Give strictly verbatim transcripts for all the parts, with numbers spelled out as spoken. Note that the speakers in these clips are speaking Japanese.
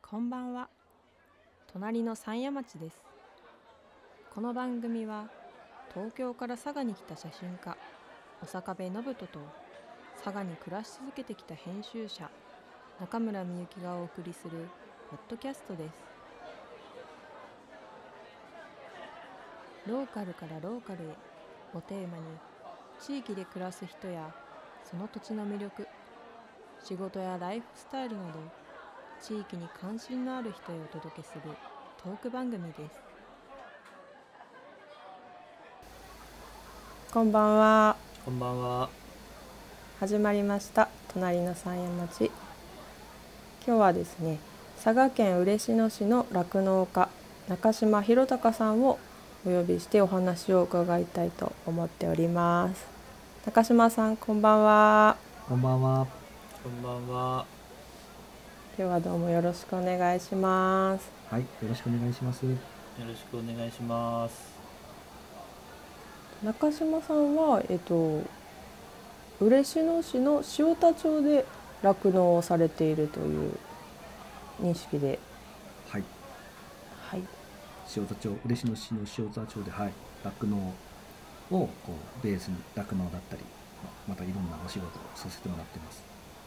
こんばんは。隣の山谷町です。この番組は東京から佐賀に来た写真家小坂部信人と佐賀に暮らし続けてきた編集者中村みゆきがお送りするポッドキャストです。ローカルからローカルへをテーマに、地域で暮らす人やその土地の魅力、仕事やライフスタイルなど地域に関心のある人へお届けするトーク番組です。こんばんは。 こんばんは。 始まりました隣の山谷町。今日はですね、佐賀県嬉野市の酪農家中島博隆さんをお呼びしてお話を伺いたいと思っております。中島さん、こんばんは。 こんばんは。 こんばんは。 今日はどうもよろしくお願いします。 はい、よろしくお願いします。 よろしくお願いします。 中島さんは、えっと、嬉野市の塩田町で酪農をされているという認識で、 はい、 はい、 塩田町、嬉野市の塩田町で、はい、酪農をこうベースに酪農だったり、またいろんなお仕事をさせてもらってます。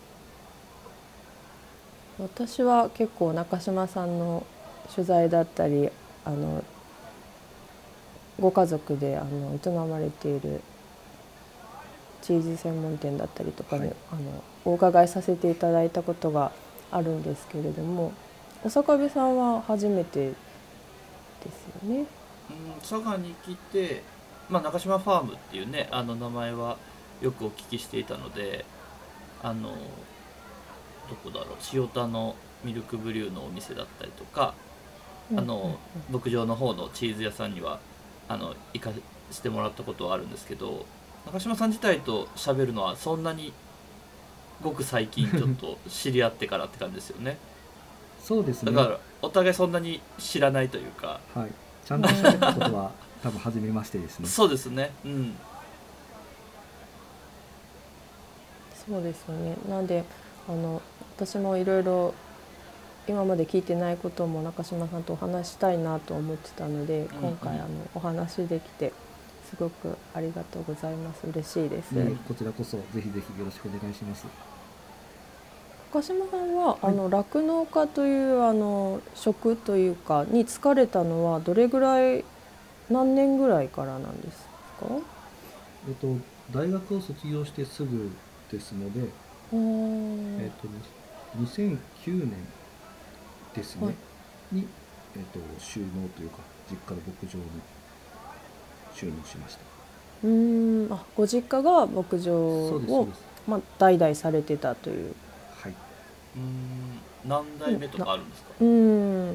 私は結構中島さんの取材だったり、あのご家族であの営まれているチーズ専門店だったりとかに、はい、あのお伺いさせていただいたことがあるんですけれども、小坂部さんは初めてですよね。 うん、佐賀に来て、まあ、中島ファームっていうね、あの名前はよくお聞きしていたので、あのどこだろう、塩田のミルクブリューのお店だったりとか、あの牧場の方のチーズ屋さんにはあの行かしてもらったことはあるんですけど、中島さん自体と喋るのはそんなにごく最近ちょっと知り合ってからって感じですよね。 そうですね。 だからお互いそんなに知らないというか、 はい、ちゃんと喋ったことは多分初めましてですね。 そうですね。うん。 そうですよね。なんであの私もいろいろ今まで聞いてないことも中島さんとお話したいなと思ってたので、今回あのお話できてすごくありがとうございます。嬉しいです。 ね、こちらこそぜひぜひよろしくお願いします。 中島さんは、はい、あの酪農家というあの職というかに就かれたのはどれぐらい、何年ぐらいからなんですか？ えっと大学を卒業してすぐですので、えっとにせんきゅうねんですね、はい、に、えっと就農というか実家の牧場に就農しました。 うーん、あ、ご実家が牧場を、まあ、代々されてたという。 はい。 うーん、何代目とかあるんですか？ うん、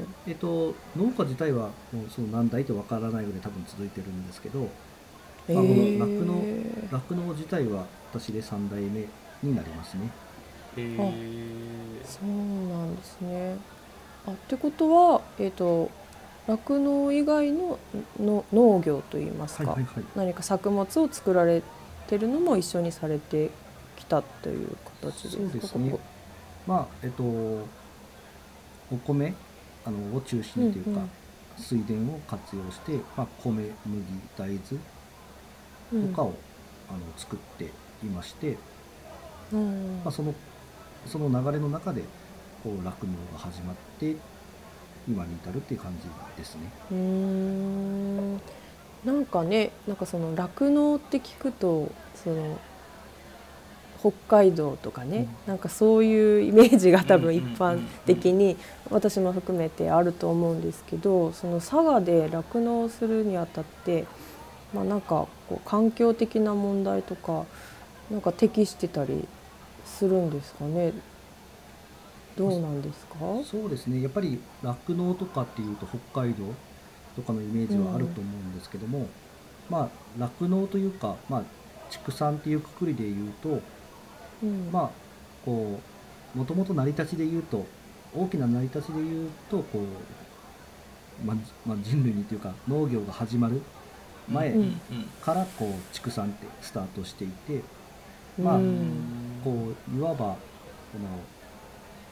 えっと農家自体はもうその何代とわからないぐらい多分続いてるんですけど、えーまあ、この酪農酪農自体は私でさん代目になりますね。 へー、 あ、そうなんですね。あ、ってことは、えっと酪農以外 の, の農業といいますか、はいはいはい、何か作物を作られてるのも一緒にされてきたという形ですか？ そうですね。ここまあえっとお米あのを中心というか、うんうん、水田を活用して、まあ、米、麦、大豆とかを、うん、あの作っていまして、うんまあ、そのその流れの中でこう酪農が始まって今に至るっていう感じですね。 うーん、なんかね、なんかその酪農って聞くとその北海道とかね、うん、なんかそういうイメージが多分一般的に私も含めてあると思うんですけど、その佐賀で酪農するにあたって、まあ、なんかこう環境的な問題とかなんか適してたりするんですかね。どうなんですか？ そうですね、やっぱり酪農とかっていうと北海道とかのイメージはあると思うんですけども、うん、まあ酪農というか、まあ、畜産っていうくくりでいうと、うん、まあこうもともと成り立ちでいうと大きな成り立ちでいうとこう、まあまあ、人類にというか農業が始まる前からこう畜産ってスタートしていて、まあこういわばこの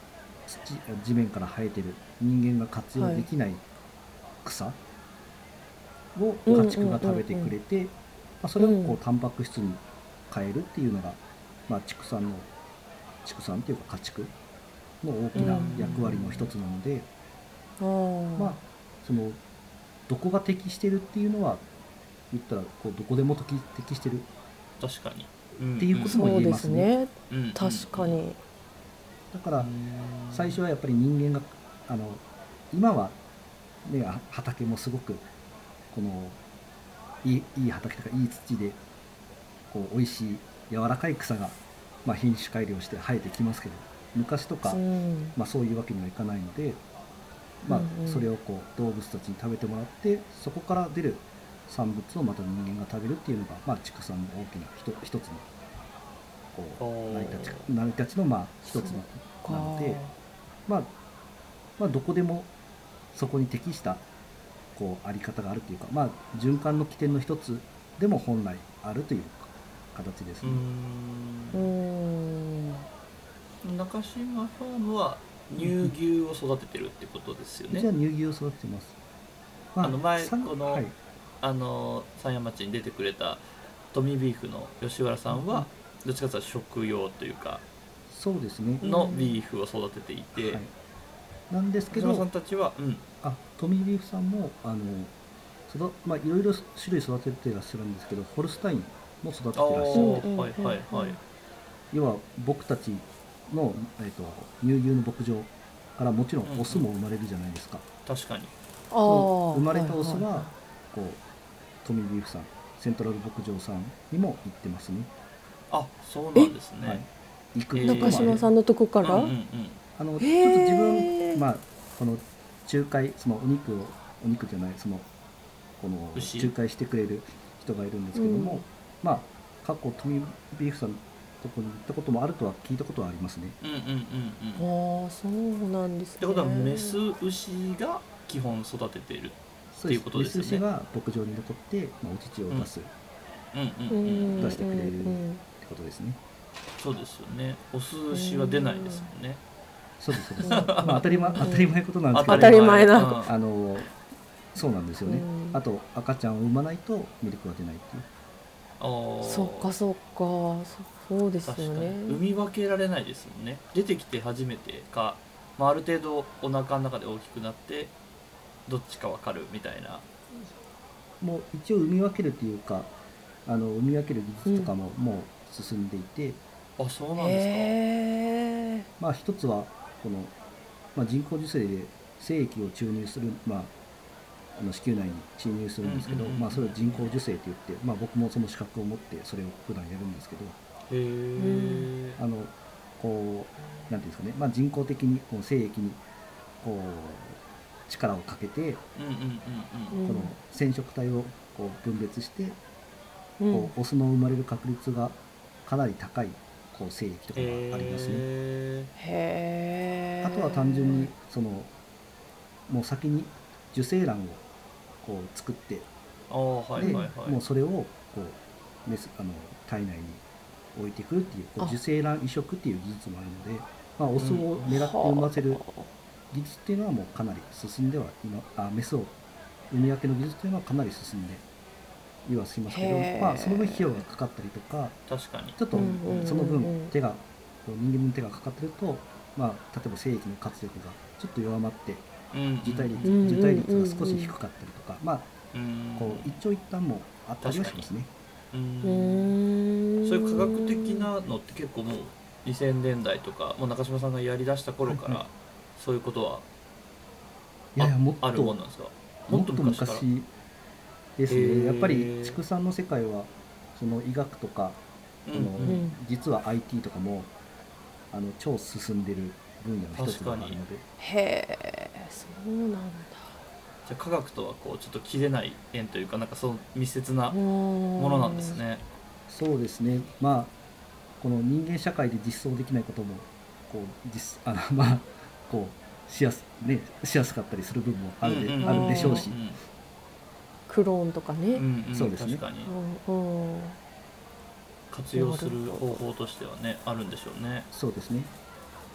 土地面から生えてる人間が活用できない草を家畜が食べてくれて、まあ、それをこうタンパク質に変えるっていうのが、まあ、畜産の畜産っていうか家畜の大きな役割の一つなので、まあそのどこが適してるっていうのは言ったらこうどこでも適適してる確かに、 っていうこともそうで言えますすね。 ね。 うんうん確かに。 だから最初はやっぱり人間があの今はねあ畑もすごくこのいいいい畑とかいい土でこう美味しい柔らかい草が、まあ、品種改良して生えてきますけど、昔とか、 うんまあ、そういうわけにはいかないので、まあうんうんそれをこう動物たちに食べてもらってそこから出る産物をまた人間が食べるっていうのが、まあ、畜産の大きな一一つのこうおー成り立ち成り立ちのまあ一つのなので、まあ、まあどこでもそこに適したこうあり方があるというか、まあ、循環の起点の一つでも本来あるという形ですうね。 うーんん中島ファームは乳牛を育ててるってことですよね。 じゃあ乳牛を育ててます。まあの前さんこのはい、 あの山谷町に出てくれたトミービーフの吉原さんはどっちかというと食用というかそうですね。 のビーフを育てていて、 はい、なんですけ中島さんど、 たちは、うん、 あトミービーフさんもあの育まあいろいろ種類育ててらっしゃるんですけど、ホルスタインも育ててああらっしゃって、 うんはいはいはい、 要は僕たちの、えー、と乳牛の牧場からもちろんオスも生まれるじゃないですか。 確かに。 あー生まれたオスはいはいはこうトミービーフさんセントラル牧場さんにも行ってますね。 あ、そうなんですね。 はい行くえーこともある中島さんのとこから、 うんうんうんあのちょっとへー自分まあこの仲介そのお肉をお肉じゃないそのこの牛仲介してくれる人がいるんですけども、 うんまあ過去トミービーフさんのとこに行ったこともあるとは聞いたことはありますね。 うんうんうんうん。 ああそうなんですね。 ってことはメス牛が基本育てている。 そうです。 っていうことですよねメス牛が牧場に残って、まあ、お乳を出すっうんううんうん。 ん出してくれるうんてことですね。 そうですよね。オス牛は出ないですもんね。 そうですそうです。 うんまあ当たり前当たり前ことなんですけど、 当たり前なうんあのそうなんですよね。 うんあと赤ちゃんを産まないとミルクが出ないっていう。 あーそっかそっかそそうです確かによね。 産み分けられないですもんね。出てきて初めてか、まあ、ある程度お腹の中で大きくなってどっちか分かるみたいな。 もう一応産み分けるっていうか、あの産み分ける技術とかももう進んでいて、 あ、そうなんですか。 へえ。 まあ一つはこの、まあ、人工授精で精液を注入する、まあ、あの子宮内に注入するんですけど、 うんうんうんまあ、それを人工授精って言って、まあ、僕もその資格を持ってそれを普段やるんですけど、 へえ。 あのこうなんていうんですかね、まあ、人工的にこう精液にこう力をかけて、 うんうんうんうん。 この染色体をこう分裂して、 うんこうオスの生まれる確率がかなり高いこう精液とかがありますね。 へへえ。 あとは単純にそのもう先に受精卵をこう作って、 ーあーはいではいはい。 もうそれをこうメスあの体内に置いてくるっていう、こうあ受精卵移植っていう技術もあるので、まあ、オスを狙って産ませる技術っていうのはもうかなり進んでは今あメスを産み分けの技術っていうのはかなり進んでいはしますけへーど、まあ、その分費用がかかったりとか確かに。 ちょっとうんうんうんその分手がこう人間の手がかかってると、まあ、例えば精液の活力がちょっと弱まってうん受胎率うん受胎率が少し低かったりとか、まあうんこう一長一短もあったりはしますね。 うんうーん。 そういう科学的なのって結構もうにせんねんだいとかもう中島さんがやりだした頃から、 はいはそういうことはいやいやもっあるもんとなんですか。 もっと昔から。 昔ですへーね。やっぱり畜産の世界はその医学とかうんこのん実は アイティー とかもあの超進んでる分野の一つでもあるので、 へえ。そうなんだ。 じゃあ科学とはこうちょっと切れない縁というかなんかその密接なもものなんです。ね。 そうですね。まあこの人間社会で実装できないこともこう実あのまあこうしやすねしやすかったりする部分もあるで、 うんうんあるでしょうしう、んクローンとかね。 うんうん、 そうですね確かにうんうん。 活用する方法としてはねあるんでしょうね。 そうですね。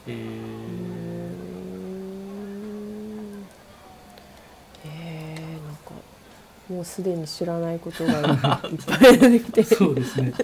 へうーえ。 んえー、なんかもうすでに知らないことがいっぱい出てきてそうですね。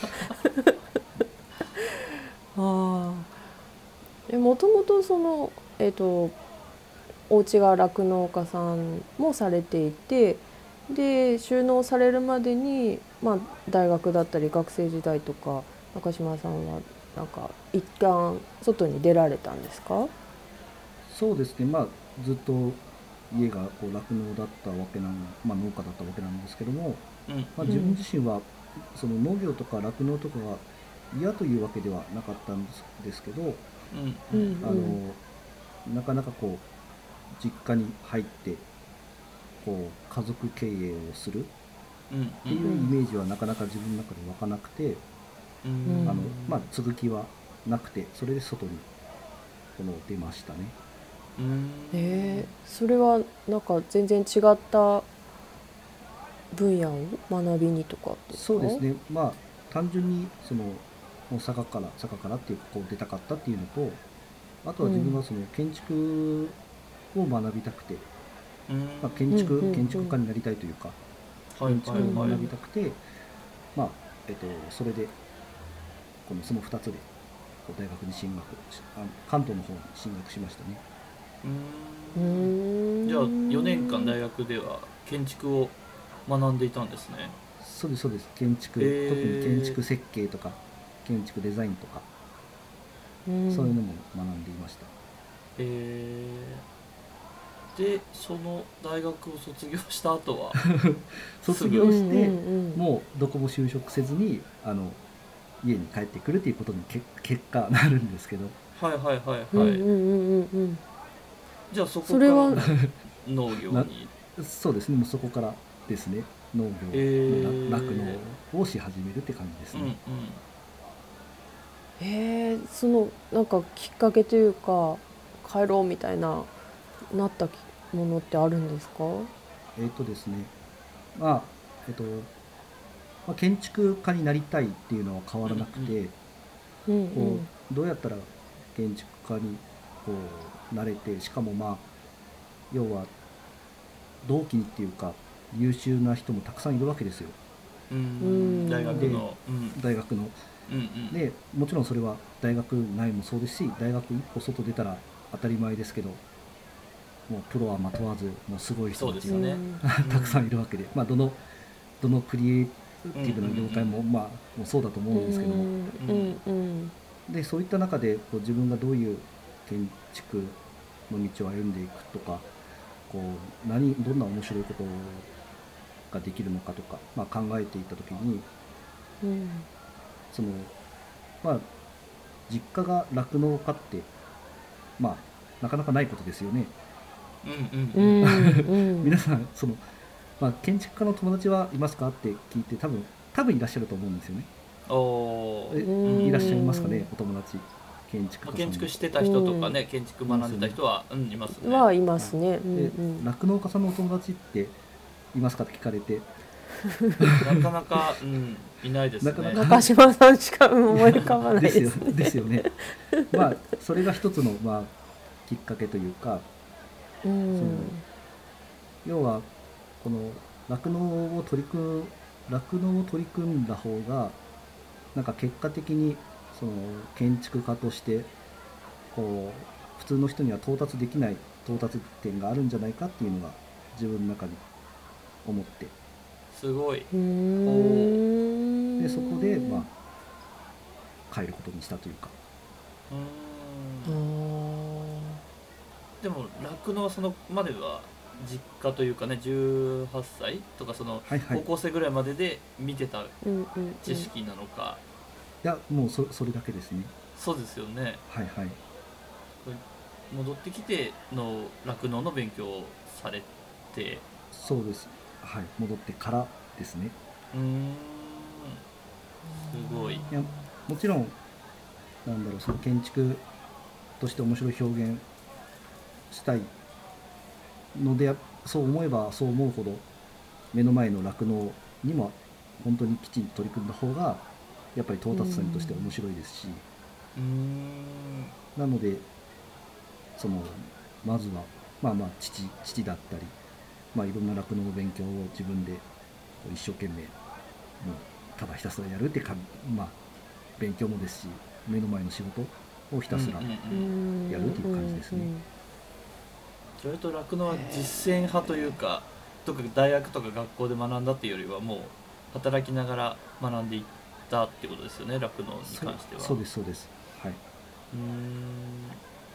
ああもともとそのえっ、とお家が酪農家さんもされていてで収納されるまでに、まあ、大学だったり学生時代とか中島さんはなんか一旦外に出られたんですか？ そうですね。まあずっと家がこう酪農だったわけなん、まあ、農家だったわけなんですけども、 うんまあ、自分うん自身はその農業とか酪農とかが嫌というわけではなかったんですですけど、 うんうんううんあのなかなかこう実家に入ってこう家族経営をするっうんうていんうイメージはなかなか自分の中で湧かなくて、 ううんあのんまあ続きはなくて、それで外にこの出ましたね。 うんえー、それはなんか全然違った分野を学びにとかですか？ そうですね。まあ単純にそのもう佐賀から佐賀からっていうここを出たかったっていうのと、あとは自分うんはその建築を学びたくて、 うんまあ、建うん築うん建築家になりたいというか、 はい建築をはいはい学びたくて、まあえっとそれでこのそのふたつでこう大学に進学し、あの関東の方に進学しましたね。 ううーんじゃあよねんかんん大学では建築を学んでいたんですね。 そうですそうです。建築、特に建え築設計とか建築デザインとか、 うんそういうのも学んでいました。 ー、えー、でその大学を卒業した後はす卒ぐ業してうんうんうんもうどこも就職せずにあの家に帰ってくるっていうことにけ結果なるんですけど、 はいはいはいはい、 うんうんうんうんうんじゃあそこからそれは農業なに。 そうですね。もうそこからですね、農業えー、 の酪農をし始めるって感じですうんうんね。 えー、そのなんかきっかけというか帰ろうみたいななったものってあるんですか？ えっとですね、まあえっと、まあ、建築家になりたいっていうのは変わらなくて、 うんうんうこんうどうやったら建築家にこうなれて、しかもまあ要は同期にっていうか優秀な人もたくさんいるわけですよ、 うん、ううんん大学でのうん大学の。 うんうんでもちろんそれは大学内もそうですし、大学一歩外出たら当たり前ですけど、もうプロはま問わずもうすごい人たちがそうですね、 たくさんいるわけで、まあ、どのどのクリエイティブな業界も、 うんまあ、もうそうだと思うんですけども、 うんうんうんでそういった中でこう自分がどういう建築の道を歩んでいくとか、こう何どんな面白いことができるのかとか、まあ、考えていった時に、 うんそのまあ実家が酪農家って、まあなかなかないことですよね。 うんうんううんんうん皆さんその、まあ、建築家の友達はいますかって聞いて、多分多分いらっしゃると思うんですよね。えおーうんいらっしゃいますかね、お友達建築まあ、 家さんで。 建築してた人とかね、建築学んでた人は、うん、いますね。 はいますね。うんでうん酪農家さんのお友達っていますかって聞かれて、 なかなか、うん、いないですね。 なかなか中島さんしか思い浮かばないですよですね。 ですよね。まあそれが一つの、まあ、きっかけというか、 うんその要はこの酪農を取り組む酪農を取り組んだ方がなんか結果的にその建築家としてこう普通の人には到達できない到達点があるんじゃないかっていうのが自分の中に思って、 すごい。 うーんでそこでまあ帰ることにしたというか。 うあん。 ーでも、酪農はそのまでは実家というかね、じゅうはっさいとか、そのはいはい。 高校生ぐらいまでで見てたうんうんうん知識なのか、 いやもうそそれだけですね。 そうですよね。 はいはい。 戻ってきての酪農の勉強をされて、 そうです。はい、戻ってからですね。 うーん、すごい。 いやもちろんなんだろう、その建築として面白い表現したいので、そう思えばそう思うほど目の前の酪農にも本当にきちんと取り組んだ方がやっぱり到達点として面白いですし、 うーんなのでそのまずはまあまあ父父だったり、まあ、いろんな酪農の勉強を自分でこう一生懸命もうただひたすらやるってか、まあ、勉強もですし目の前の仕事をひたすらうんうんやうんるっていう感じですね。 それと酪農は実践派というか、特に大学とか学校で学んだっていうよりはもう働きながら学んでいったってことですよね、酪農に関しては。 そうですそうです。はい。 うーん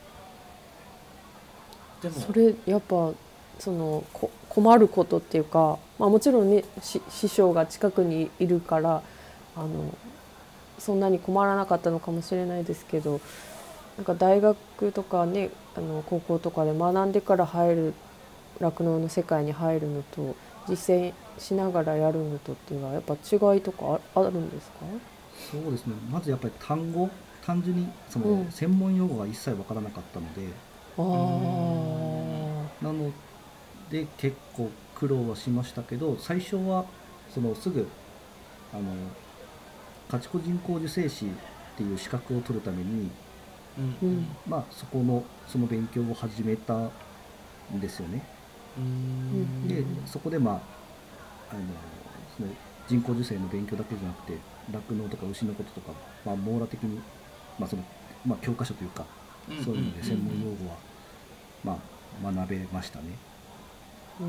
でもそれやっぱそのこ困ることっていうか、まあ、もちろんねし師匠が近くにいるからあのそんなに困らなかったのかもしれないですけど、なんか大学とかねあの高校とかで学んでから入る酪農の世界に入るのと実践しながらやるのとっていうのはやっぱ違いとかああるんですか？ そうですね。まずやっぱり単語単純にそのうん専門用語が一切わからなかったので、 あーなので結構苦労はしましたけど、最初はそのすぐあの家畜人工授精師っていう資格を取るために、 うんうんまあ、そこのその勉強を始めたんですよね。 うーんでそこでまああのその人工授精の勉強だけじゃなくて酪農とか牛のこととか、まあ、網羅的に、まあそのまあ、教科書というかそういうので専門用語は、まあ、学べましたね。 うー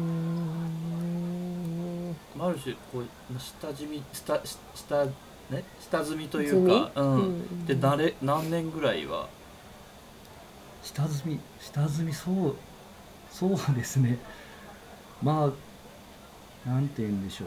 んある種こう下積み下下ね下積みという積みか、うんうんうんでなれ何年ぐらいは下積み下積みそうそうですね。まあなんて言うんでしょう。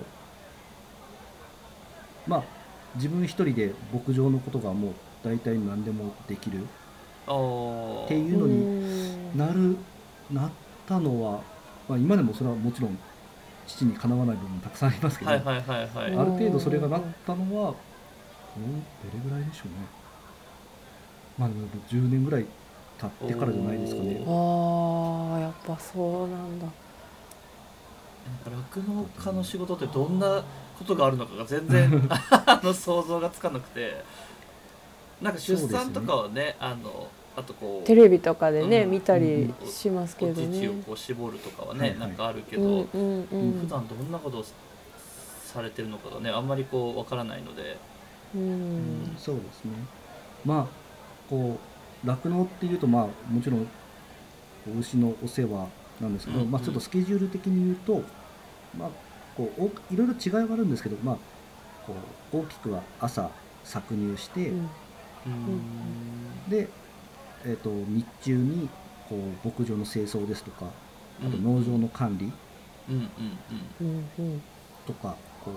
まあ自分一人で牧場のことがもう大体何でもできるあーっていうのになるなったのは、まあ、今でもそれはもちろん父にかなわない部分たくさんありますけど、 はいはいはいはい、 うんある程度それがなったのは、うんどれぐらいでしょうね。まあでもじゅうねんぐらい経ってからじゃないですかね。 あーやっぱそうなんだ。 なんか酪農家の仕事ってどんなことがあるのかが全然あの想像がつかなくて、なんか出産とかはね、あのあとこうテレビとかでね、 うん見たりうんしますけどお乳をね。 こう絞るとかはね、 はいはいなんかあるけど、 うんうんうん普段どんなことをされてるのかがねあんまりこうわからないので、 うんそうですね。まあこう酪農っていうとまあもちろんお牛のお世話なんですけど、 うんうんまあちょっとスケジュール的に言うと、まあこうおいろいろ違いはあるんですけど、まあこう大きくは朝搾乳して、 うんうーんで、えー、と日中にこう牧場の清掃ですとか、あとうん農場の管理うんうんうんうんとかこう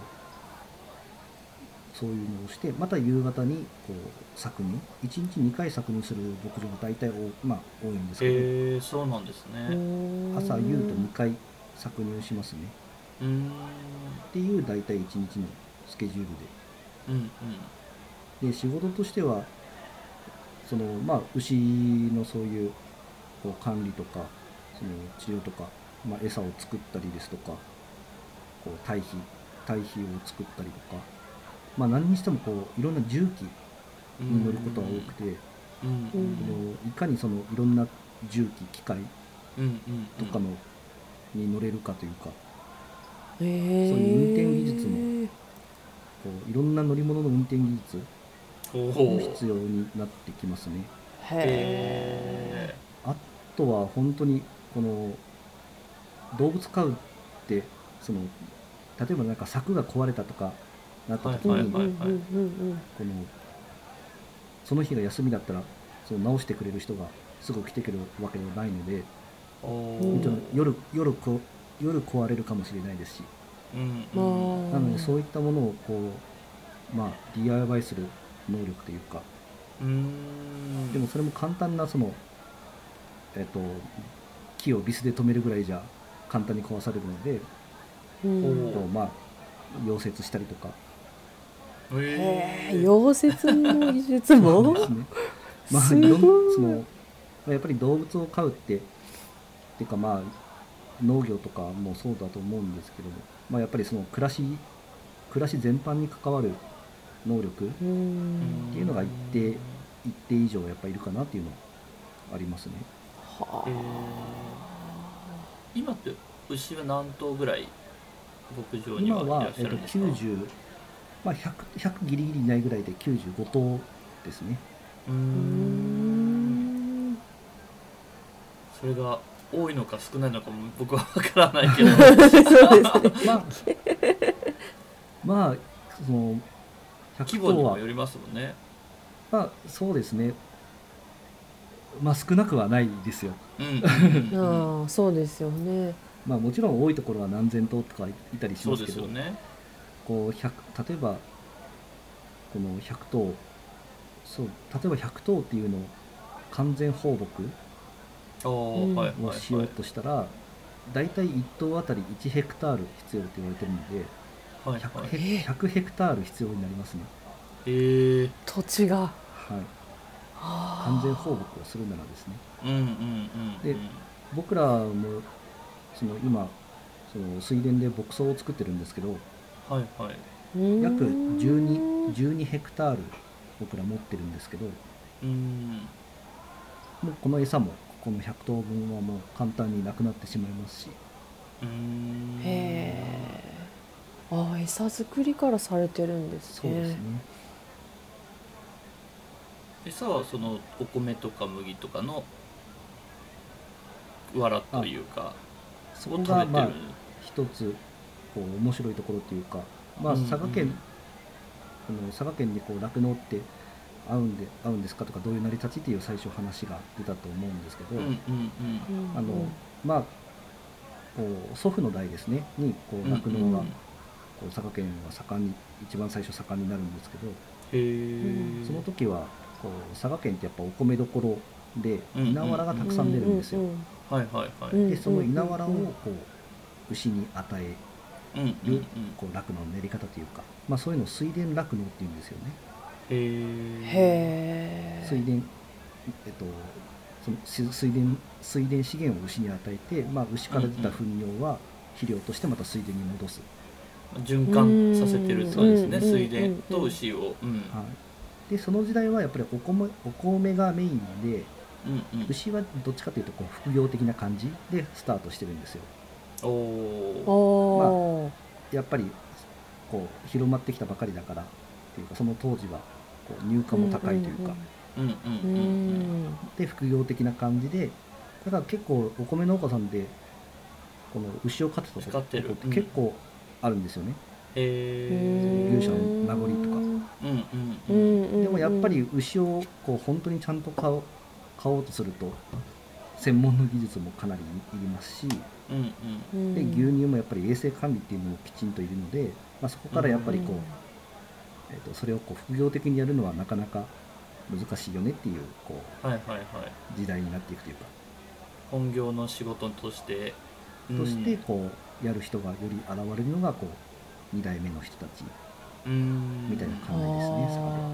そういうのをして、また夕方にこう搾乳いちにちにかい搾乳する牧場が大体お、まあ、多いんですけど、 へえそうなんですうね。 ん朝夕とにかい搾乳しますねうーんっていう大体いちにちのスケジュールうんうんで、で仕事としてはその、まあ、牛のそういうこう管理とかその治療とか、まあ、餌を作ったりですとかこう堆肥堆肥を作ったりとか、まあ、何にしてもこういろんな重機に乗ることが多くて、 うんうんそのいかにそのいろんな重機機械うんうんとかのに乗れるかというか、 へーそういう運転技術のこういろんな乗り物の運転技術ほうほうも必要になってきますね。 へへあとは本当にこの動物飼うってその例えばなんか柵が壊れたとかなった時に、 はいはいはいうんうんうんこのその日が休みだったらその直してくれる人がすぐ来てくれるわけではないので、 ーおうんもちろんー夜夜こ夜壊れるかもしれないですし、 うんううんんなのでそういったものをこうまあ ディーアイワイ する能力というか、 うーんでもそれも簡単なそのえっと木をビスで止めるぐらいじゃ簡単に壊されるので、 うんこうまあ溶接したりとか、 へえへー溶接の技術もですね。まあすごいいろんそのやっぱり動物を飼うってっていうかまあ農業とかもそうだと思うんですけども、まあやっぱりその暮らし暮らし全般に関わる能力っうんていうのが一定一定以上やっぱいるかなっていうのはありますね。 はえー今って牛は何頭ぐらい牧場に今はいらっ、しはえっとゃるんですか？ きゅうじゅう、まあ、ひゃく, ひゃくギリギリいないぐらいできゅうじゅうご頭ですね。 うーうーんんそれが多いのか少ないのかも僕は分からないけどそうですね。 まあまあその100 規模に頭はもよりますもんね。 まあそうですね、まあ少なくはないですよ。 うんうんうんうんああ、そうですよね。 まあもちろん多いところは何千頭とかいたりしそうますけど、 ですよね。 こうひゃく例えばこのひゃく頭、そう例えばひゃく頭っていうのを完全放牧ああ、 うんはいはいをしようはいとしたら、だいたいいっ頭あたりいちヘクタール必要って言われてるので、 はい 100 はい。 ヘクひゃくヘクタール必要になりますね。 えー、 土地が。 はい、 は完全放牧をするならですね。 うんうんうんうんで僕らもその今その水田で牧草を作ってるんですけど、 はいはい。 約じゅうに、 うじゅうにヘクタール僕ら持ってるんですけど、 うーんもうこの餌もこのひゃく頭分はもう簡単になくなってしまいますし、 うーんへえ。ああ、餌作りからされてるんですそうですね。 ね。 餌はそのお米とか麦とかの藁というかそを食べてる、 こがまあ一つこう面白いところというか、まあうんうん佐賀県、この佐賀県にこう酪農って合うんで合うんですかとか、どういう成り立ちっていう最初話が出たと思うんですけど、 うんうんうんあのまあこう祖父の代ですねにこう酪農がうんうんこう佐賀県は盛んに一番最初盛んになるんですけど、 へえその時はこう佐賀県ってやっぱお米どころでうんうん稲わらがたくさん出るんですよ。 はいはいはい、 うんでその稲わらをこう牛に与えうんうんうんるこう酪農の練り方というか、まあ、そういうのを水田酪農っていうんですよね。 へえへえ。 水田、えっと、そのし水田水田資源を牛に与えて、まあ、牛から出た糞尿は肥料としてまた水田に戻す、 循環させてるそうですね、 うん水田と牛を、うんはい、でその時代はやっぱりお米、お米がメインで、 うんうん、 牛はどっちかというとこう副業的な感じでスタートしてるんですよ。 おおおお。 やっぱりこう広まってきたばかりだからっていうか、その当時はこう入荷も高いというか、 うんうんううんうんん。 で副業的な感じで、だから結構お米農家さんでこの牛を飼ってたとこ飼ってるって結構あるんですよね。 へえ牛舎の名残とか。 うんうんううんん。 でもやっぱり牛をこう本当にちゃんと飼おう買おうとすると専門の技術もかなりいりますし、 うんうんで牛乳もやっぱり衛生管理っていうのもきちんといるので、まあ、そこからやっぱりこう、えー、とそれをこう副業的にやるのはなかなか難しいよねっていうこうはいはいはい時代になっていくというか、 本業の仕事として、 としてこうやる人がより現れるのがこうに代目の人たちうんみたいな感じですね、佐賀で。 うん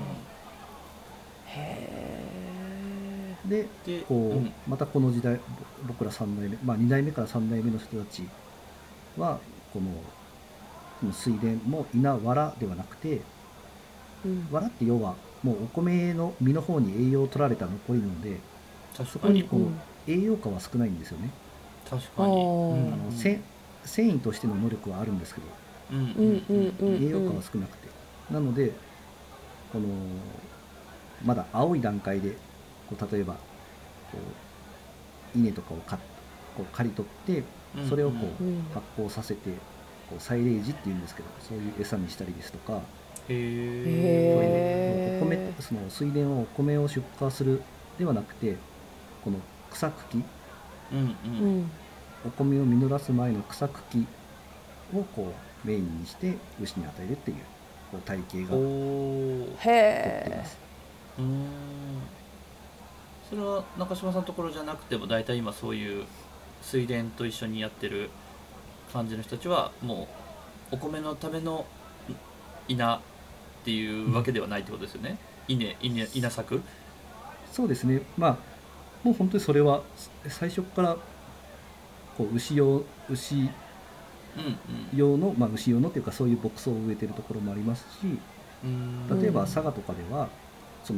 へででこう、 うんまたこの時代ぼ僕らさん代目、まあ、に代目からさん代目の人たちはこのこの水田も稲わらではなくて、 え。 わらって要はもうお米の実の方に栄養を取られた残りなので、 確かにそこにこう栄養価は少ないんですよね。 確かにあーうんあのせ繊維としての能力はあるんですけど、 うんうんうんうんうん栄養価は少なくて、なのでこのまだ青い段階でこう例えばこう稲とかをかこう刈り取ってうんそれをこううん発酵させてこうサイレージっていうんですけど、そういう餌にしたりですとか、 へそうえへーいうお米その水田をお米を出荷するではなくて、この草茎うんううんん。 お米を実らす前の草茎をこうメインにして牛に与えるっていうこう体系がおとおっていへます。 うーんそれは中島さんのところじゃなくても大体今そういう水田と一緒にやってる感じの人たちはもうお米のための稲っていうわけではないってことですよね、稲稲稲作そうですね、まあもう本当にそれは最初からこう牛用牛うんうん用の、まあ、牛用のっていうかそういう牧草を植えてるところもありますし、 うーん例えば佐賀とかではその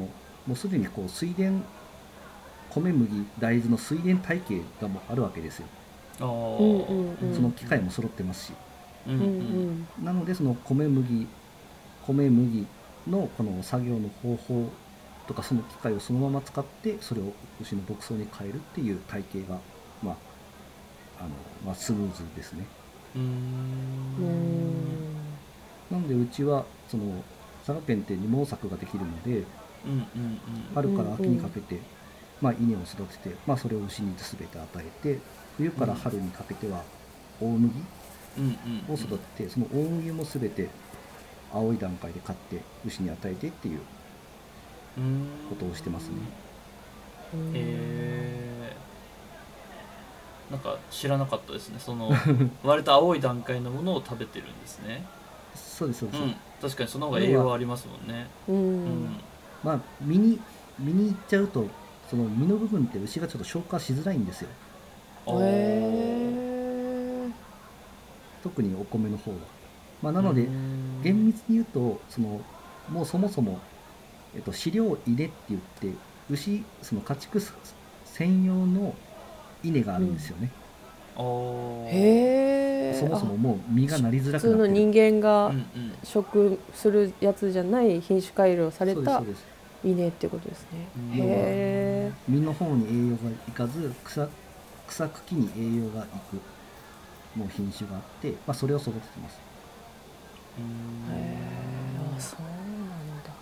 もうすでにこう水田、米麦大豆の水田体系がもうあるわけですよ。 ああ、 うんうんうんその機械も揃ってますし、 うんううんうんんなのでその米麦米麦のこの作業の方法とか、その機械をそのまま使ってそれを牛の牧草に変えるっていう体系が、まああのまあ、スムーズですね。 うーんうーんなのでうちはその佐賀県って二毛作ができるので、 うんうんうん春から秋にかけて、まあ、稲を育てて、まあ、それを牛に全て与えて、冬から春にかけては大麦うんうんを育てて、その大麦も全て青い段階で買って牛に与えてっていううーんことをしてますね。 うんへーなんか知らなかったですね。その割と青い段階のものを食べてるんですね。 そうですそうです、 うん確かにその方が栄養はありますもんね。 ううんんまあ実に実にいっちゃうと、その実の部分って牛がちょっと消化しづらいんですよ、 あーへえ特にお米の方は。まあ、なのでうーん厳密に言うと、そのもうそもそも、えっと、飼料稲って言って牛その家畜専用の稲があるんですよね、 あーへえそもそももう実がなりづら普通のくなってる。 人間がうんうん食するやつじゃない品種改良されたそうですそうです。 稲ってことですね。 うんへえ実の方に栄養がいかず、草草茎に栄養がいくもう品種があって、まあ、それを育ててます。 うーんへえあそうなんだ。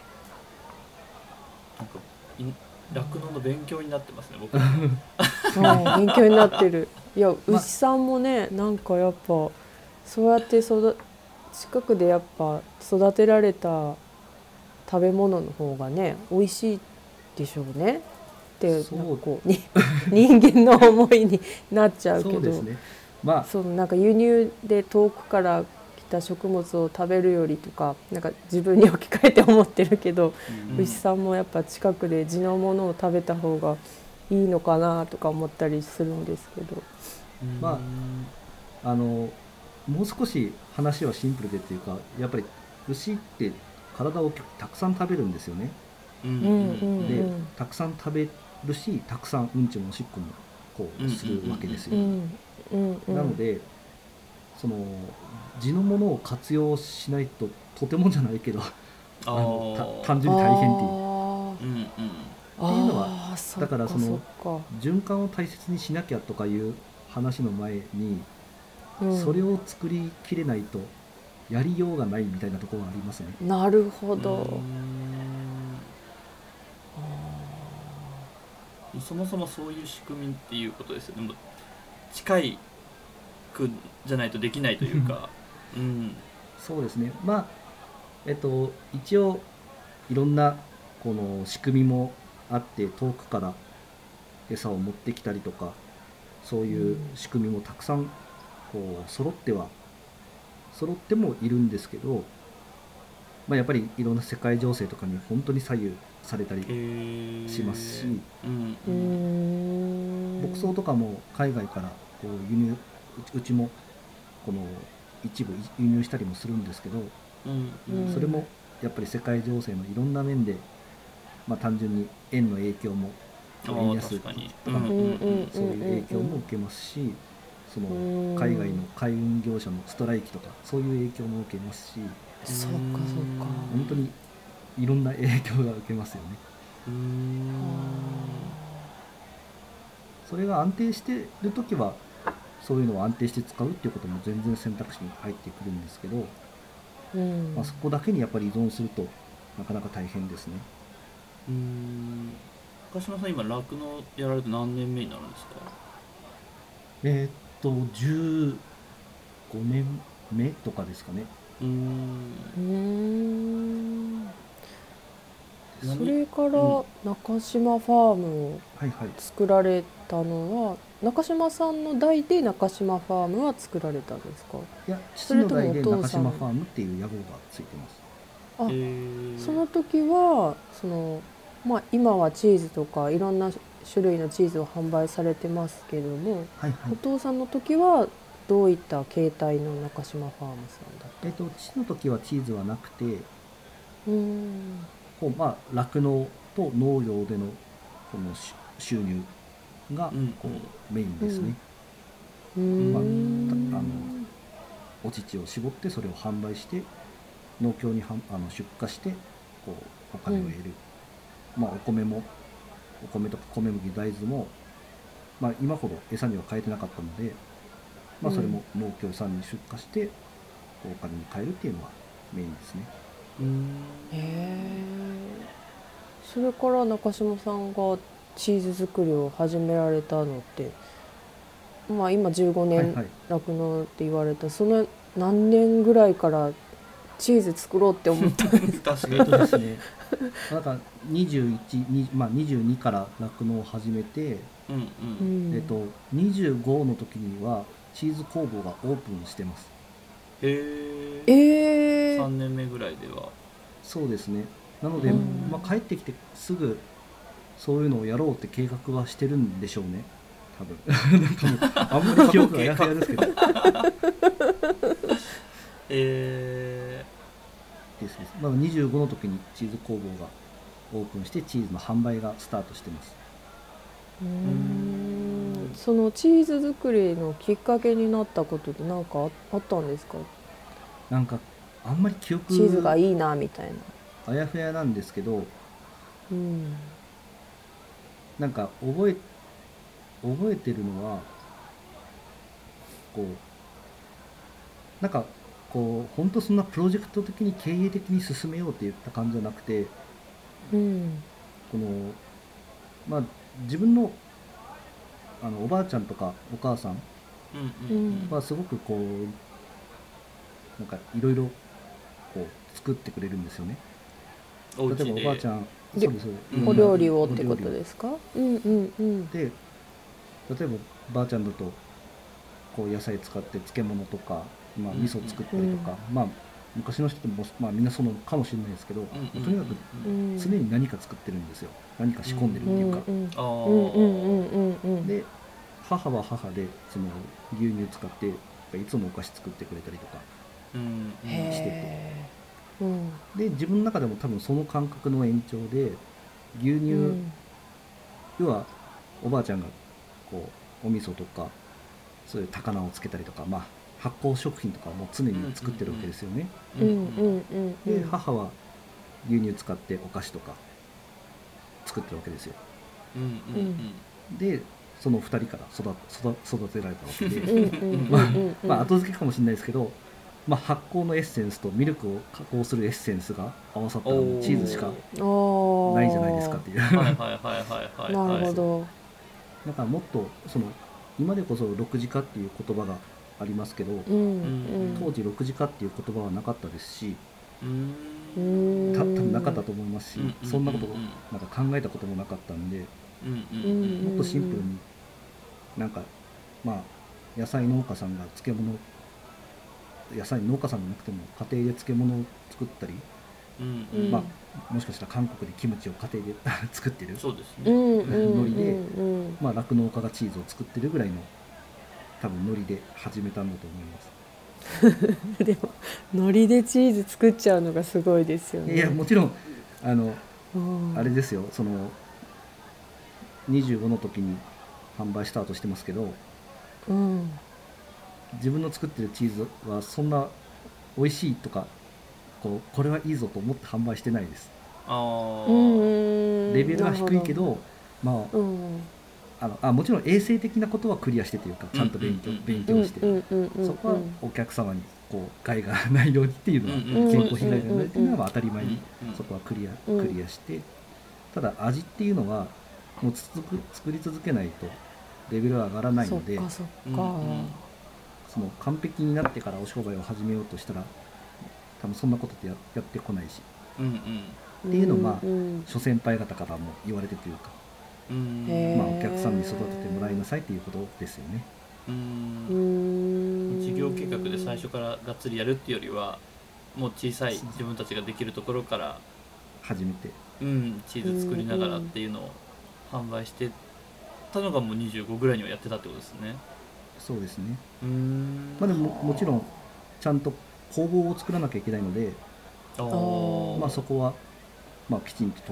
なんかい酪農の勉強になってますね僕そう勉強になってる。いやまあ牛さんもねなんかやっぱそうやって育近くでやっぱ育てられた食べ物の方がね美味しいでしょうねってそうなんかこうに人間の思いになっちゃうけどそうですね。まあそうなんか輸入で遠くから来た食物を食べるよりとかなんか自分に置き換えて思ってるけど、 うん牛さんもやっぱ近くで地のものを食べた方がいいのかなとか思ったりするんですけど。 まああのもう少し話はシンプルでっていうか、やっぱり牛って体をたくさん食べるんですよね。 うんうんうんうんでたくさん食べるし、たくさんうんちもおしっこもこうするわけですよ。 うんうんうん、 なのでその地のものを活用しないととてもじゃないけどああのーた単純に大変っていう。 あうんうんっていうのはあーだからそのそっかそっか循環を大切にしなきゃとかいう話の前に、 うんそれを作りきれないとやりようがないみたいなところがありますね。 なるほど、 うーんそもそもそういう仕組みっていうことですよね。もう近いくじゃないとできないというかうんそうですね。まあえっと一応いろんなこの仕組みもあって、遠くから餌を持ってきたりとか、そういう仕組みもたくさんこう揃っては揃ってもいるんですけど、まあ、やっぱりいろんな世界情勢とかに本当に左右されたりへーしますし、 うんうーん牧草とかも海外からこう輸入うちうちもこの一部輸入したりもするんですけど、 うんうんそれもやっぱり世界情勢のいろんな面で、まあ、単純に円の影響もあー円安確かにとかのうんうんうんそういう影響も受けますし、そのうん海外の海運業者のストライキとかそういう影響も受けますし、 そっかそっか本当にいろんな影響が受けますよね。 うーんそれが安定してるときはそういうのを安定して使うっていうことも全然選択肢に入ってくるんですけど、 うんまあ、そこだけにやっぱり依存するとなかなか大変ですね。 うーん鹿島さん今酪農やられて何年目になるんですか？ えーっとじゅうごねんめとかですかね。 うーんうーん何それから中島ファームをはいはい。 作られたのは中島さんの代で中島ファームは作られたんですか？ いや、父それともの代でお父さん中島ファームっていう屋号がついてます。 あへーその時はその、まあ、今はチーズとかいろんな種類のチーズを販売されてますけども、 はいはいお。父さんの時はどういった形態の中島ファームさんだったえーっと父の時はチーズはなくて、 うーんこうまあ酪農と農業でのこのし収入がうんこうメインですね。 うーんまあたあのお乳を絞ってそれを販売して農協にはあの出荷してこうお金を得る、まあお米もお米とか米麦大豆も、まあ、今ほど餌には変えてなかったので、まあ、それも農協さんに出荷してお金に換えるっていうのがメインですね。 うんへえ。それから中島さんがチーズ作りを始められたのって、まあ今じゅうごねんはいはい。 酪農って言われた、その何年ぐらいからチーズ作ろうって思ったんですか？ 確えっとかにですね、なんかにじゅういち、にまあ、にじゅうにから酪農を始めて、 うんううんんえっと、にじゅうごの時にはチーズ工房がオープンしてます。 へえええさんねんめぐらいではそうですね。なのうで、 んまあ、帰ってきてすぐそういうのをやろうって計画はしてるんでしょうね。多分。なんかもう、あんまり記憶があやふやですけど。 えですです。まだにじゅうごの時にチーズ工房がオープンしてチーズの販売がスタートしてます。 うーーうーん。 んそのチーズ作りのきっかけになったことって何かああったんですか？ なんかあんまり記チーズが憶いいなみたいな。 あやふやなんですけど、 うんなんか覚え覚えてるのはこうなんかこう本当そんなプロジェクト的に経営的に進めようって言った感じじゃなくて、 うんこのまあ自分のあのおばあちゃんとかお母さんうんうんはすごくこうなんかいろいろこう作ってくれるんですよね。 お例えばお家でばあちゃん、 でそうです、 うんお料理をおってこと料理をですか？うんうんうんで、例えばばあちゃんだとこう野菜使って漬物とか、まあ、 うん味噌作ったりとか、まあ昔の人っても、まあ、みんなそうなのかもしれないですけど、 うんうんとにかくううんん常に何か作ってるんですよ。何か仕込んでるっていうか。 うんうんあうんうんうんうんうんで母は母でその牛乳使っていつもお菓子作ってくれたりとかーうんうんへしてて、 えうんで自分の中でも多分その感覚の延長で牛う乳、 ん要はおばあちゃんがこうお味噌とかそういう高菜をつけたりとか、まあ、発酵食品とかも常に作ってるわけですよね。 うんうんうんうでん母は牛乳使ってお菓子とか作ってるわけですよ。 うんうんでそのふたりから育育育てられたわけで、 うんうんまあうんうんまあ後付けかもしれないですけど、まあ、発酵のエッセンスとミルクを加工するエッセンスが合わさったらもうチーズしかああないじゃないですかっていう。 はいはいはいはいはいなるほどだからもっとその今でこそろくじ化っていう言葉がありますけど、 うんうん当時ろくじ化っていう言葉はなかったですし、 うーうんんた多分なかったと思いますし、 うんそんなことうんうんなんか考えたこともなかったんで、 うんうんうんもっとシンプルになんかまあ野菜農家さんが漬物野菜農家さんじゃなくても家庭で漬物を作ったり、 うんうんまあもしかしたら韓国でキムチを家庭で作ってる、 そうですねうんうんノリでうんうんまあ酪農家がチーズを作ってるぐらいの多分ノリで始めたんだと思います。 でも海苔でチーズ作っちゃうのがすごいですよね。 いやもちろんあのうんあれですよ、そのにじゅうごの時に販売スタートしてますけど、 うん自分の作ってるチーズはそんな美味しいとかこうこれはいいぞと思って販売してないです。 ああうんレベルは低いけなるほど、まうんああのあもちろん衛生的なことはクリアしてというかちゃんと勉強うんうんうん勉うん強して、 うんうんうんそこはお客様にこう害がないようにっていうのは、 うんうん健康被害がないっていうのは当たり前にうんうんそこはクリアうんクリアして、ただ味っていうのはもう続く作り続けないとレベルは上がらないそっので、 かそっうんうんかその完璧になってからお商売を始めようとしたら多分そんなことってややってこないし、 うんうんっていうのをまあんん諸先輩方からも言われてというか、 うんへーまあ、お客さんに育ててもらいなさいっていうことですよね。 ううんん事業計画で最初からがっつりやるっていうよりはもう小さい自分たちができるところから、 初めてうん、チーズ作りながらっていうのを販売してたのがもうにじゅうごぐらいにはやってたってことですね。 そうですね。 うーんまあでももちろんちゃんと工房を作らなきゃいけないので、 あーまあ、そこは、まあ、きちんと通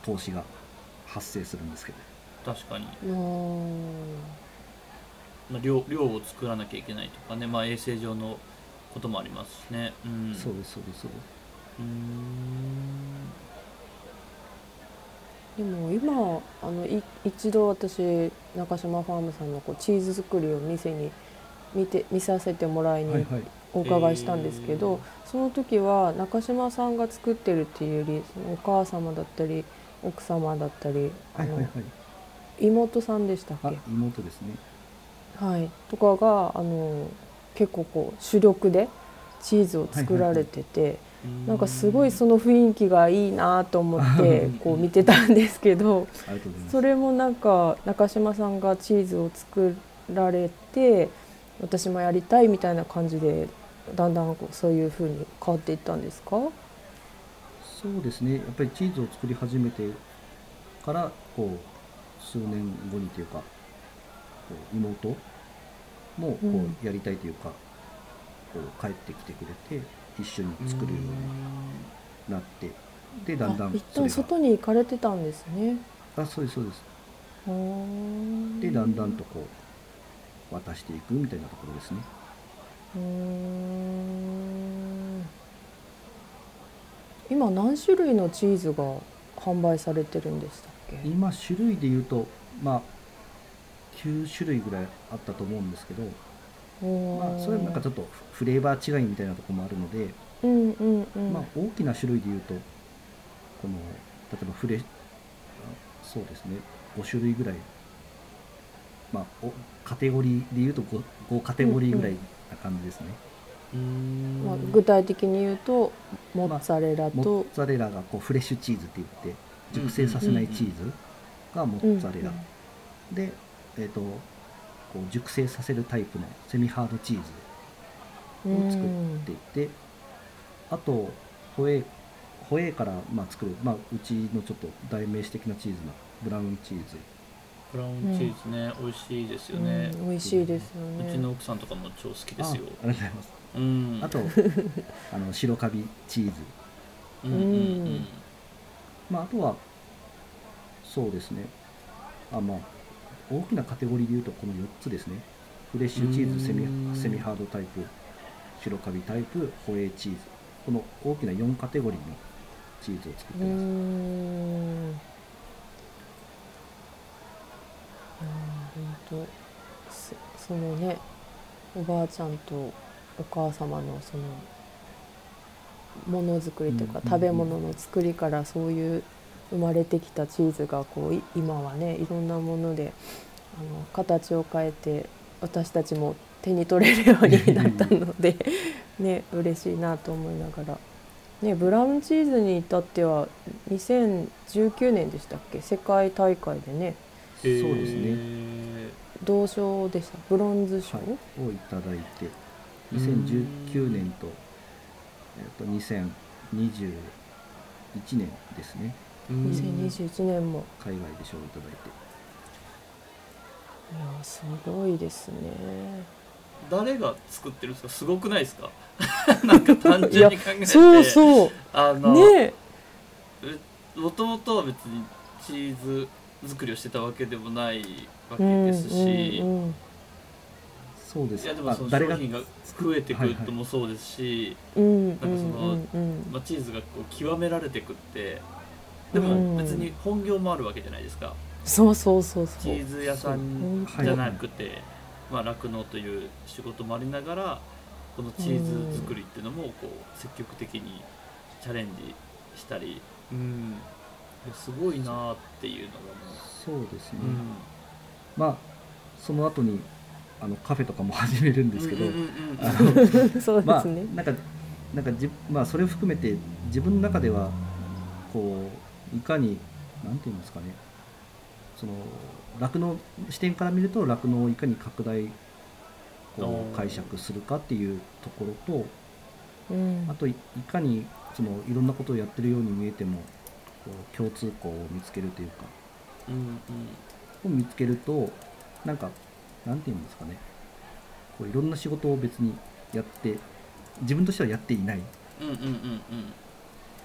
投資が発生するんですけど、 確かに、 あーまあ、量, 量を作らなきゃいけないとかね、まあ、衛生上のこともありますしね。うん、 そうですそうですそうです。 うーんでも今あのい一度私中島ファームさんのこうチーズ作りを店に見て見させてもらいにはいはいお伺いしたんですけど、その時は中島さんが作ってるっていうよりそのお母様だったり奥様だったりあのはいはいはい。 妹さんでしたっあ、 け、 妹ですね。 はい、とかがあの結構こう主力でチーズを作られてて、なんかすごいその雰囲気がいいなと思ってこう見てたんですけど、 ありがとうございます。 それもなんか中島さんがチーズを作られて私もやりたいみたいな感じでだんだんこうそういう風に変わっていったんですか？ そうですね、やっぱりチーズを作り始めてからこう数年後にというか、こう妹もこうんうやりたいというか、こう帰ってきてくれて一緒にうーん作るようになって、でだんだあ、 ん一旦それが、 外に行かれてたんですね。 あ、そうですそうです。 うーんでだんだんとこう渡していくみたいなところですね。 うーん今何種類のチーズが販売されてるんでしたっけ？ 今種類で言うとまあきゅう種類ぐらいあったと思うんですけど、まあそれはなんかちょっとフレーバー違いみたいなところもあるので、 うんうんうん、 まあ大きな種類で言うとこの例えばフレそうですねご種類ぐらい、まあおカテゴリーで言うと 5, 5カテゴリーぐらいな感じですね。 うーんまあ、具体的に言うとモッツァレラモとッツァレラがこうフレッシュチーズって言って熟成させないチーズがモッツァレラ、で、えー、とこう熟成させるタイプのセミハードチーズを作っていて、あとホエーホエーからまあ作る、まあ、うちのちょっと代名詞的なチーズなブラウンチーズ、 ブラウンチーズね、美味しいですよね、 うん、美味しいですよね。 うちの奥さんとかも超好きですよ。 あありがとうございます。 うん、 あとあの白カビチーズ、 うんうんうんまあ、あとはそうですね、あ、まあ、大きなカテゴリーでいうとこのよっつですね。フレッシュチーズ、セミセミハードタイプ、白カビタイプ、ホエーチーズ、この大きなよんカテゴリーのチーズを作ってうーます。 ん、いや本当そのねおばあちゃんとお母様のそのものづくりというか、 うんうんうん食べ物の作りからそういう生まれてきたチーズがこうい今はねいろんなものであの形を変えて私たちも手に取れるようになったのでね嬉しいなと思いながら、ね、ブラウンチーズに至ってはにせんじゅうきゅうねんでしたっけ、世界大会でねそうですね、 銅賞でした、ブロンズ賞、 はい、をいただいて、にせんじゅうきゅうねんと、えー、とにせんにじゅういちねんですね、 にせんにじゅういちねんも海外で賞をいただいて。 いやすごいですね。 誰が作ってるんですか？すごくないですか？なんか単純に考えて、 そうそうあのねもともとは別にチーズ作りをしてたわけでもないわけですし、 うんうんうん、 そうです。 いやでもその誰が商品が増えてくるともそうですし、 うんなんかその、 うんうんまあ、チーズがこう極められてくって、でも別に本業もあるわけじゃないですか。 そうそうそうそうチーズ屋さんじゃなくて、まあ酪農という仕事もありながらこのチーズ作りっていうのもこう積極的にチャレンジしたり、うん、すごいなっていうのがもそうですね、 う、うん、 まあその後にあのカフェとかも始めるんですけど、 そうですね、 まあなんかなんかじ、まあ、それを含めて自分の中ではこういかになんていうんですかね、その酪農視点から見ると酪農をいかに拡大こう解釈するかっていうところと、 うん、 あと い, いかにそのいろんなことをやってるように見えてもこう共通項を見つけるというか、 うんうん、 を見つけるとなんかなんていうんですかね、こういろんな仕事を別にやって自分としてはやっていないうんうんうんうん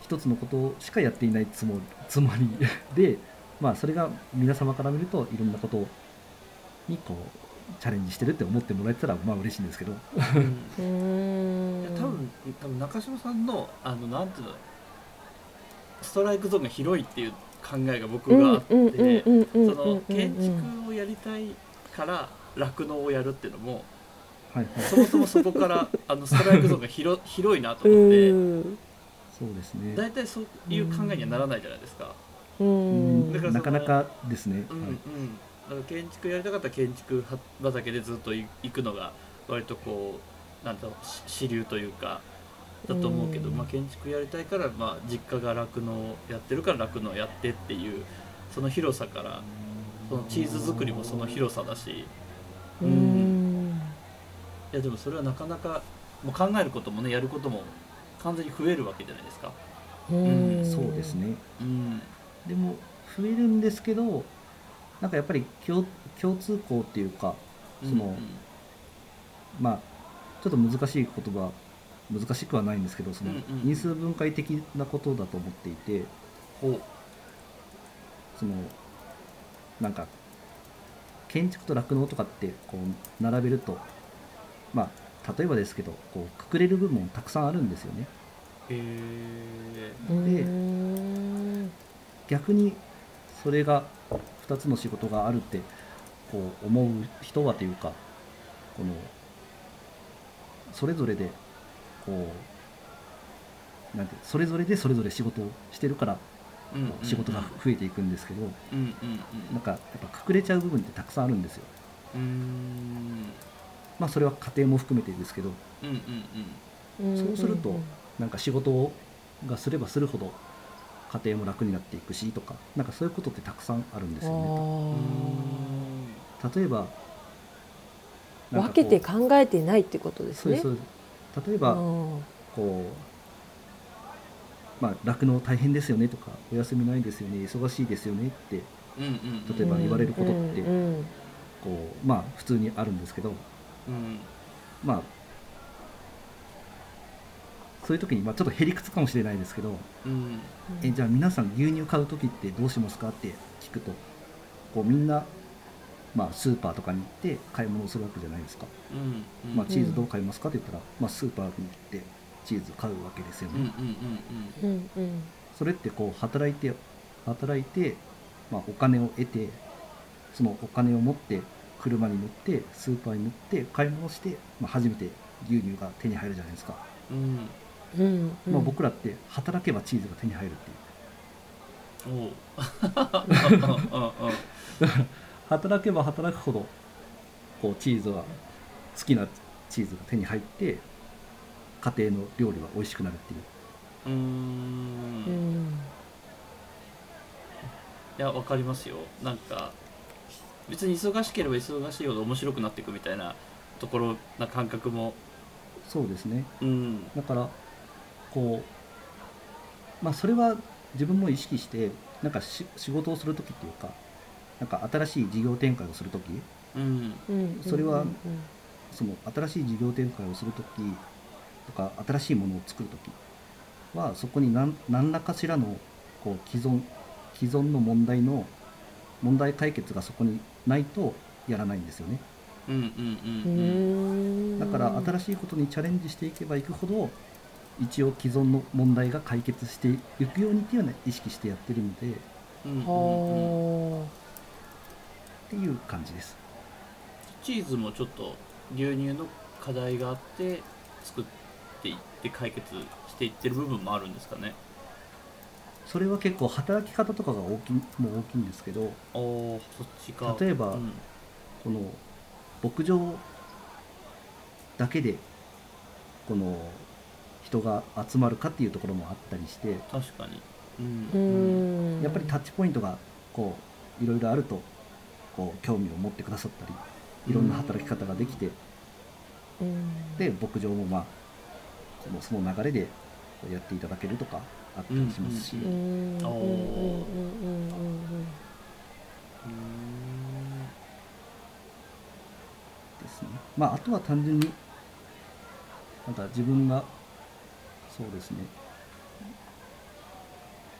一つのことしかやっていないつもりつもりで、まあそれが皆様から見るといろんなことにこうチャレンジしてるって思ってもらえたらまあ嬉しいんですけど、 うんうんいや多分多分中島さんのあのなんていうのストライクゾーンが広いっていう考えが僕があって、 うんうんうんうんうんその建築をやりたいから酪農をやるっていうのもはいはい、 そもそもそこからあのストライクゾーンが広広いなとう思ってんそうですね。 大体そういう考えにはならないじゃないですか。 ううんんだからなかなかですね。 うんうんはい、 だから建築やりたかったら建築畑でずっと行くのが割とこうなんだろうし主流というかだと思うけど、 うんまあ、建築やりたいから、まあ、実家が酪農やってるから酪農やってっていうその広さからそのチーズ作りもその広さだし、 ううんんいやでもそれはなかなかもう考えることもねやることも完全に増えるわけじゃないですか。 うんそうですね。 うんでも増えるんですけど、なんかやっぱり共共通項っていうか、その、 うんまあちょっと難しい言葉難しくはないんですけど、そのうんうん因数分解的なことだと思っていて、 ほうそのなんか建築と酪農とかってこう並べると、まあ例えばですけどこうくくれる部分たくさんあるんですよね。 へえうん逆にそれがふたつの仕事があるってこう思う人はというか、このそれぞれでこうなんてそれぞれでそれぞれ仕事をしてるからうんうんこう仕事が増えていくんですけど、 うんうんなんかやっぱ隠れちゃう部分ってたくさんあるんですよ。 うんうんまあそれは家庭も含めてですけど、 うんうんそうするとなんか仕事がすればするほど家庭も楽になっていくしとか、なんかそういうことってたくさんあるんですよね。例えばなんかこう分けて考えてないってことですね。 そうですそうです。例えばうんこうまあ酪農大変ですよねとか、お休みないですよね、忙しいですよねってうんうん例えば言われることってうんうんこうまあ普通にあるんですけど、 うんまあそういう時にまあちょっとへりくつかもしれないですけど、 うんえじゃあ皆さん牛乳買う時ってどうしますかって聞くと、こうみんなまあスーパーとかに行って買い物をするわけじゃないですか。 うんまあ、チーズどう買いますかって言ったら、まあ、スーパーに行ってチーズ買うわけですよね。 うんうんうんうんうんそれってこう働いて働いて、まあ、お金を得て、そのお金を持って車に乗ってスーパーに乗って買い物して、まあ、初めて牛乳が手に入るじゃないですか。 うんうんうんまあ、僕らって働けばチーズが手に入るっていう。 おううんうん働けば働くほどこうチーズは好きなチーズが手に入って家庭の料理は美味しくなるっていう。 うーうんんいやわかりますよ。なんか別に忙しければ忙しいほど面白くなっていくみたいなところな感覚もそうですね。 うんだからこうまあそれは自分も意識してなんかし仕事をする時っていうか、なんか新しい事業展開をする時、 うんうんそれはうんその新しい事業展開をする時とか新しいものを作る時はそこに何何らかしらのこう既存既存の問題の問題解決がそこにないとやらないんですよね。 うんうんううんんだから新しいことにチャレンジしていけばいくほど一応既存の問題が解決していくようにっていうのは意識してやってるのでっうんうんうんはていう感じです。 チーズもちょっと牛乳の課題があって作っていって解決していってる部分もあるんですかね。 それは結構働き方とかが大きいもう大きいんですけど、 おおそっちか。 例えばうんこの牧場だけでこの人が集まるかっていうところもあったりして、 確かにうんううんんやっぱりタッチポイントがこういろいろあるとこう興味を持ってくださったり、いろんな働き方ができて、 うんで牧場もまあこのその流れでこうやっていただけるとかあったりしますし、 うんうんうんうんうんうんうんですね。まああとは単純になんか自分がそうですね、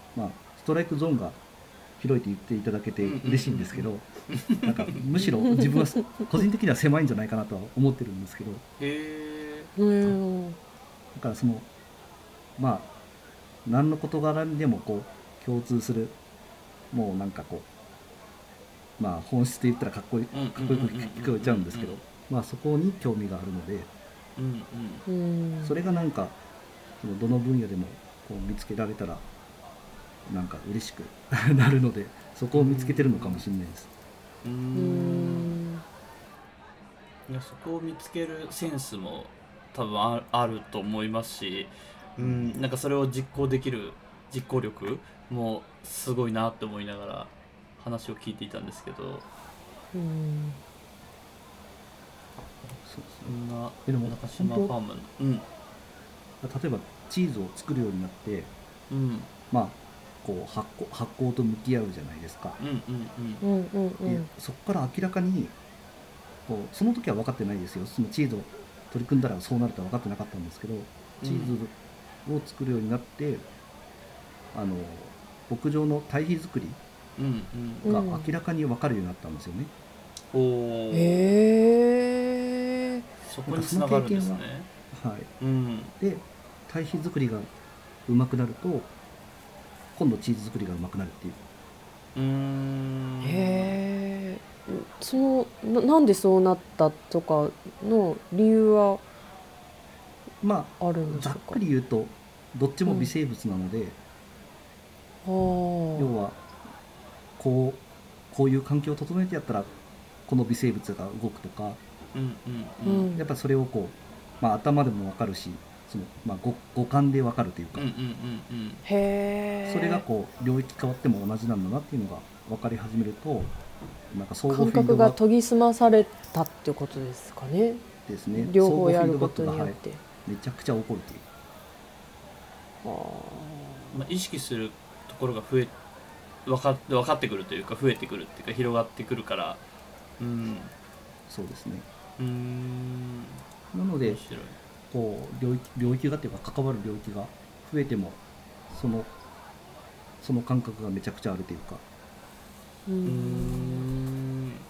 まあ、ストライクゾーンが広いって言っていただけて嬉しいんですけど、なんかむしろ自分は個人的には狭いんじゃないかなとは思ってるんですけど、 へえ。 うんだからそのまあ何の事柄にでもこう共通する、もうなんかこうまあ本質で言ったらかっこいいかっこよく聞こえちゃうんですけど、まあそこに興味があるので、 うんうんうんそれがなんかそのどの分野でもこう見つけられたらなんか嬉しくなるので、そこを見つけてるのかもしれないです。 うーうんんいやそこを見つけるセンスも多分ああると思いますし、うんなんかそれを実行できる実行力もすごいなって思いながら話を聞いていたんですけど、 うんそうですそんなえでも中島ファームのうんね。例えばチーズを作るようになって、 うんまあこう発酵発酵と向き合うじゃないですか。 うんうんうんうんうでんそこから明らかにこうその時は分かってないですよ。そのチーズを取り組んだらそうなるとは分かってなかったんですけど、チーズを作るようになって、あの牧場の堆肥作りうんうんがうん明らかに分かるようになったんですよね。 おおへえそこに繋がるんですね。 はいうんで堆肥作りがうまくなると今度チーズ作りがうまくなるっていう。 うーんへえそのななんでそうなったとかの理由はまああるんでしざっょうか。 くり言うとどっちも微生物なので、 は要はこうこういう環境を整えてやったらこの微生物が動くとか、 うんあ、 うんうんうんやっぱりそれをこう、まあ、頭でも分かるし、その、まあ、五五感で分かるというか、 うんうんうんうんへえそれがこう領域変わっても同じなんだなっていうのが分かり始めると、なんか相互感フィードバック覚が研ぎ澄まされたってことですかね。 ですね。 両方やる相互ことフィードバックが、はい、 によって。 めちゃくちゃ起こるという。 はまあ、意識するところが増え分か分かってくるというか増えてくるっていうか広がってくるからうんそうですね。 うーんなので面白いこう領域領域がっていうか関わる領域が増えてもそのその感覚がめちゃくちゃあるというか。 あううーんん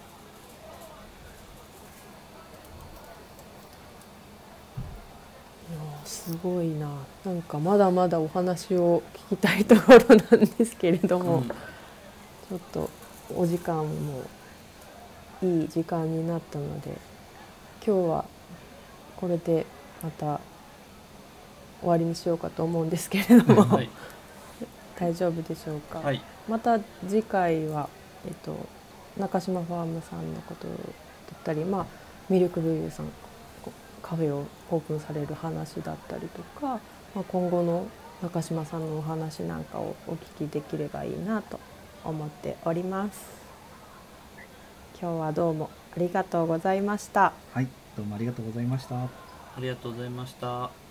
いやすごいな。なんかまだまだお話を聞きたいところなんですけれども、 うんちょっとお時間もいい時間になったので今日はこれでまた終わりにしようかと思うんですけれども、 はい大丈夫でしょうか。 はいまた次回は、えっと、中島ファームさんのことだったり、まあ、ミルクブリューさんこカフェをオープンされる話だったりとか、まあ、今後の中島さんのお話なんかをお聞きできればいいなと思っております。今日はどうもありがとうございました。 はい、どうもありがとうございました。 ありがとうございました。